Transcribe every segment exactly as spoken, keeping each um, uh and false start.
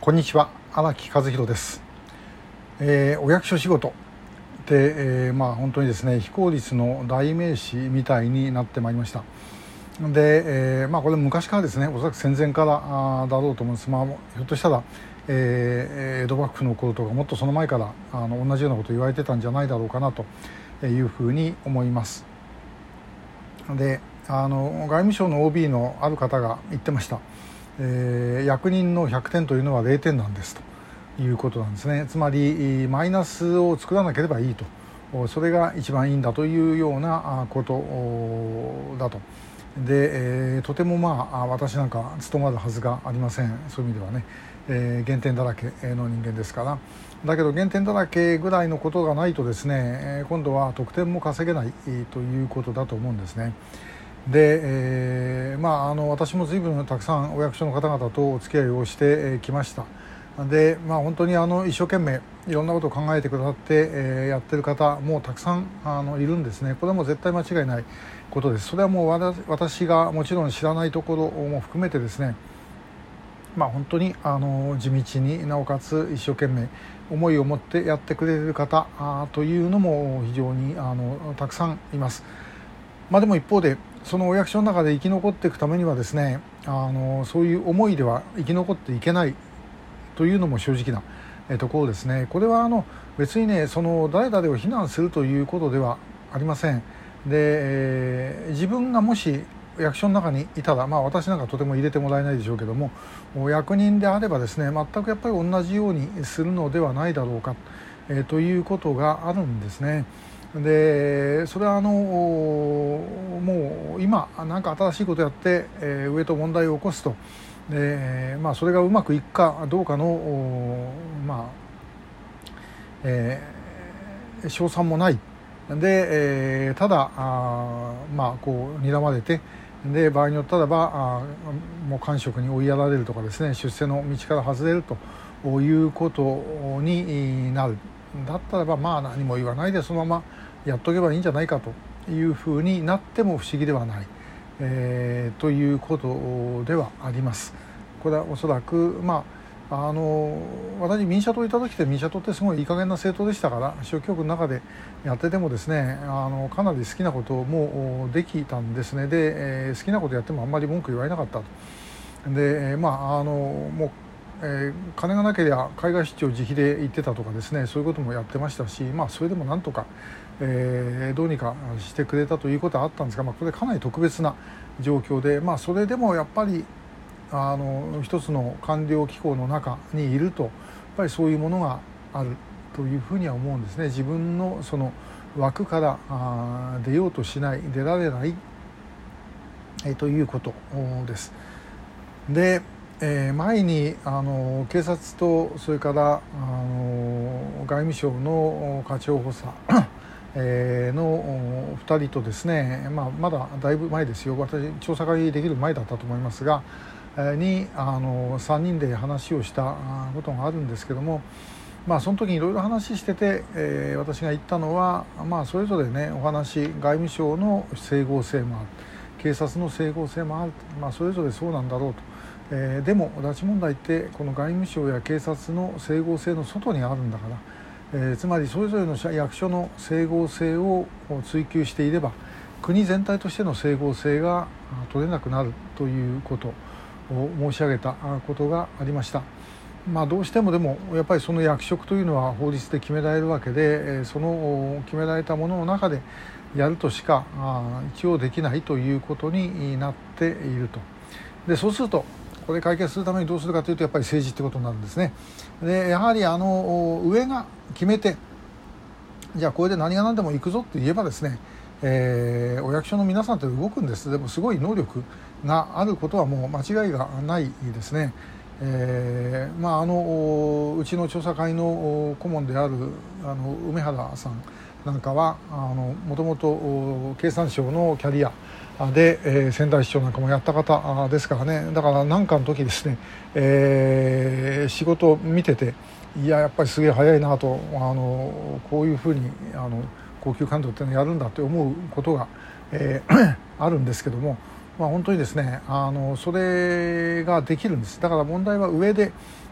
こんにちは、荒木和弘です。えー、お役所仕事で、えー、まあ本当にですね、非効率の代名詞みたいになってまいりました。で、えー、まあこれ昔からですね、おそらく戦前からあだろうと思うんです。まあひょっとしたら、えー、江戸幕府の頃とかもっとその前からあの同じようなことを言われてたんじゃないだろうかなというふうに思います。で、あの外務省の オービー のある方が言ってました。えー、役人のひゃくてんというのはれいてんなんですということなんですね。つまりマイナスを作らなければいいと、それが一番いいんだというようなことだと。で、えー、とてもまあ私なんか務まるはずがありません。そういう意味ではね、えー、減点だらけの人間ですから。だけど減点だらけぐらいのことがないとですね、今度は得点も稼げないということだと思うんですね。で、えーまあ、あの私も随分たくさんお役所の方々とお付き合いをしてきました。で、まあ、本当にあの一生懸命いろんなことを考えてくださって、えー、やってる方もたくさんあのいるんですね。これはもう絶対間違いないことです。それはもう私がもちろん知らないところも含めてですね、まあ、本当にあの地道になおかつ一生懸命思いを持ってやってくれる方というのも非常にあのたくさんいます。まあ、でも一方でそのお役所の中で生き残っていくためにはですね、あのそういう思いでは生き残っていけないというのも正直なところですね。これはあの別にね、その誰々を非難するということではありません。で、えー、自分がもし役所の中にいたら、まあ、私なんかとても入れてもらえないでしょうけども、役人であればですね、全くやっぱり同じようにするのではないだろうか、えー、ということがあるんですね。でそれはあのもう今なんか新しいことやって、えー、上と問題を起こすと。で、まあ、それがうまくいくかどうかのまあ、えー、賞賛もないで、えー、ただあまあこう睨まれて、で場合によったらばあもう官職に追いやられるとかですね、出世の道から外れるということになる。だったらばまあ何も言わないでそのままやっとけばいいんじゃないかというふうになっても不思議ではない、えー、ということではあります。これはおそらくまああの私民社党いた時って民社党ってすごいいい加減な政党でしたから、小局の中でやっててもですね、あのかなり好きなこともできたんですね。で、えー、好きなことやってもあんまり文句言われなかったと。で、まああのもうえー、金がなければ海外出張自費で行ってたとかですね、そういうこともやってましたし、まあそれでもなんとか、えー、どうにかしてくれたということはあったんですが、まあ、これかなり特別な状況で、まあそれでもやっぱりあの一つの官僚機構の中にいるとやっぱりそういうものがあるというふうには思うんですね。自分のその枠からあ出ようとしない、出られない、えー、ということです。でえー、前にあの警察とそれからあの外務省の課長補佐、えー、のふたりとですね、まあ、まだだいぶ前ですよ、私調査会できる前だったと思いますが、えー、にあのさんにんで話をしたことがあるんですけども、まあ、その時にいろいろ話してて、えー、私が言ったのは、まあ、それぞれねお話、外務省の整合性もある、警察の整合性もある、まあ、それぞれそうなんだろうと。えー、でも拉致問題ってこの外務省や警察の整合性の外にあるんだから、えー、つまりそれぞれの役所の整合性を追求していれば国全体としての整合性が取れなくなるということを申し上げたことがありました。まあ、どうしてもでもやっぱりその役職というのは法律で決められるわけで、その決められたものの中でやるとしか一応できないということになっていると。でそうするとこれ解決するためにどうするかというとやっぱり政治ってことになるんですね。でやはりあの上が決めて、じゃあこれで何が何でも行くぞって言えばですね、えー、お役所の皆さんって動くんです。でもすごい能力があることはもう間違いがないですね。えーまあ、あのうちの調査会の顧問であるあの梅原さんなんかはもともと経産省のキャリアで、えー、仙台市長なんかもやった方ですからね。だから何かの時ですね、えー、仕事を見てて、いややっぱりすげえ早いなと、あのこういうふうにあの高級官僚ってのやるんだって思うことが、えー、あるんですけども、まあ、本当にですねあのそれができるんです。だから問題は上で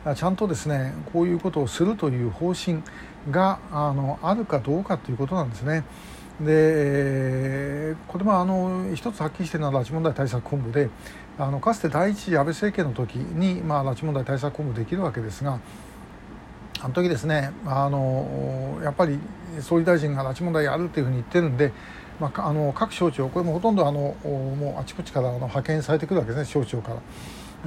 ちゃんとですねこういうことをするという方針があのあるかどうかということなんですね。でこれもあの一つはっきりしているのは拉致問題対策本部で、あのかつて第一次安倍政権の時に、まあ、拉致問題対策本部できるわけですが、あの時ですねあのやっぱり総理大臣が拉致問題やるというふうに言ってるんで、まあ、あの各省庁これもほとんどあのもうあちこちからあの派遣されてくるわけですね、省庁から。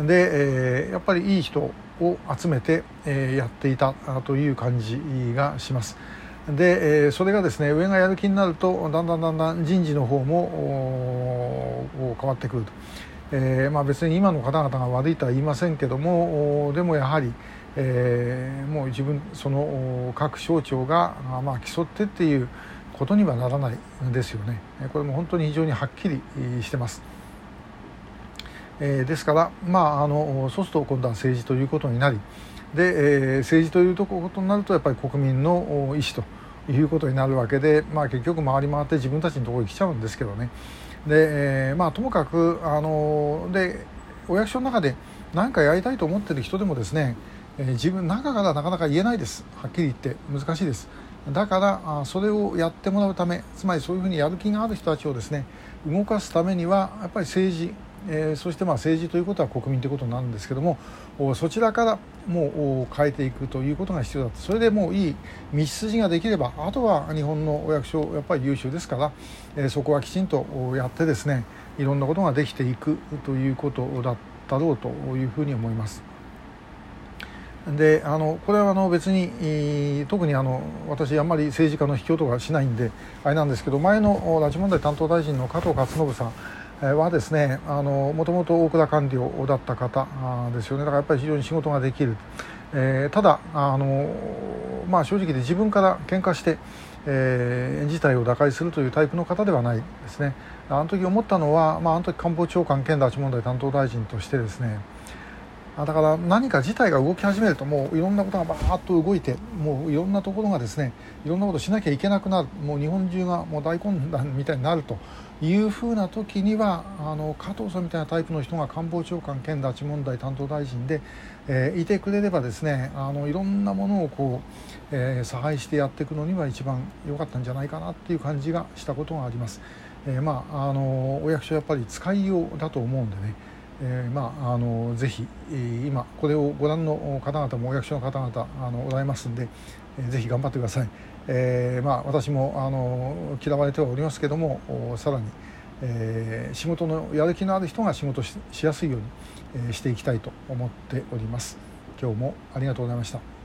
で、えー、やっぱりいい人を集めて、えー、やっていたという感じがします。で、えー、それがですね上がやる気になるとだんだんだんだん人事の方も変わってくると。えーまあ、別に今の方々が悪いとは言いませんけども、でもやはり、えー、もう自分その各省庁が、まあ、競ってっていうことにはならないんですよね。これも本当に非常にはっきりしてます。えー、ですから、まあ、あのそうすると今度は政治ということになりで、えー、政治ということになるとやっぱり国民の意思ということになるわけで、まあ、結局回り回って自分たちのところに来ちゃうんですけどね。で、えーまあ、ともかくあのでお役所の中で何かやりたいと思っている人でもですね、えー、自分中からなかなか言えないです。はっきり言って難しいです。だからそれをやってもらうため、つまりそういうふうにやる気がある人たちをですね動かすためにはやっぱり政治、えー、そしてまあ政治ということは国民ということになるんですけども、そちらからもう変えていくということが必要だと。それでもういい道筋ができれば、あとは日本のお役所やっぱり優秀ですから、えー、そこはきちんとやってですねいろんなことができていくということだったろうというふうに思います。であのこれはあの別に特にあの私あんまり政治家の引きとかしないんであれなんですけど、前の拉致問題担当大臣の加藤勝信さんはですねもともと大蔵官僚だった方ですよね。だからやっぱり非常に仕事ができる、えー、ただあの、まあ、正直で自分から喧嘩して、えー、事態を打開するというタイプの方ではないですね。あの時思ったのは、まあ、あの時官房長官兼拉致問題担当大臣としてですね、だから何か事態が動き始めるともういろんなことがバーッと動いて、もういろんなところがですねいろんなことをしなきゃいけなくなる、もう日本中がもう大混乱みたいになるというふうな時には、あの加藤さんみたいなタイプの人が官房長官兼拉致問題担当大臣で、えー、いてくれればですね、あのいろんなものをこう、えー、差配してやっていくのには一番良かったんじゃないかなっていう感じがしたことがあります。えー、まああのお役所やっぱり使いようだと思うんでね、えーまあ、あのぜひ、えー、今これをご覧の方々もお役所の方々あのおられますんで、えー、ぜひ頑張ってください。えーまあ、私もあの嫌われてはおりますけども、さらに、えー、仕事のやる気のある人が仕事 し, しやすいように、えー、していきたいと思っております。今日もありがとうございました。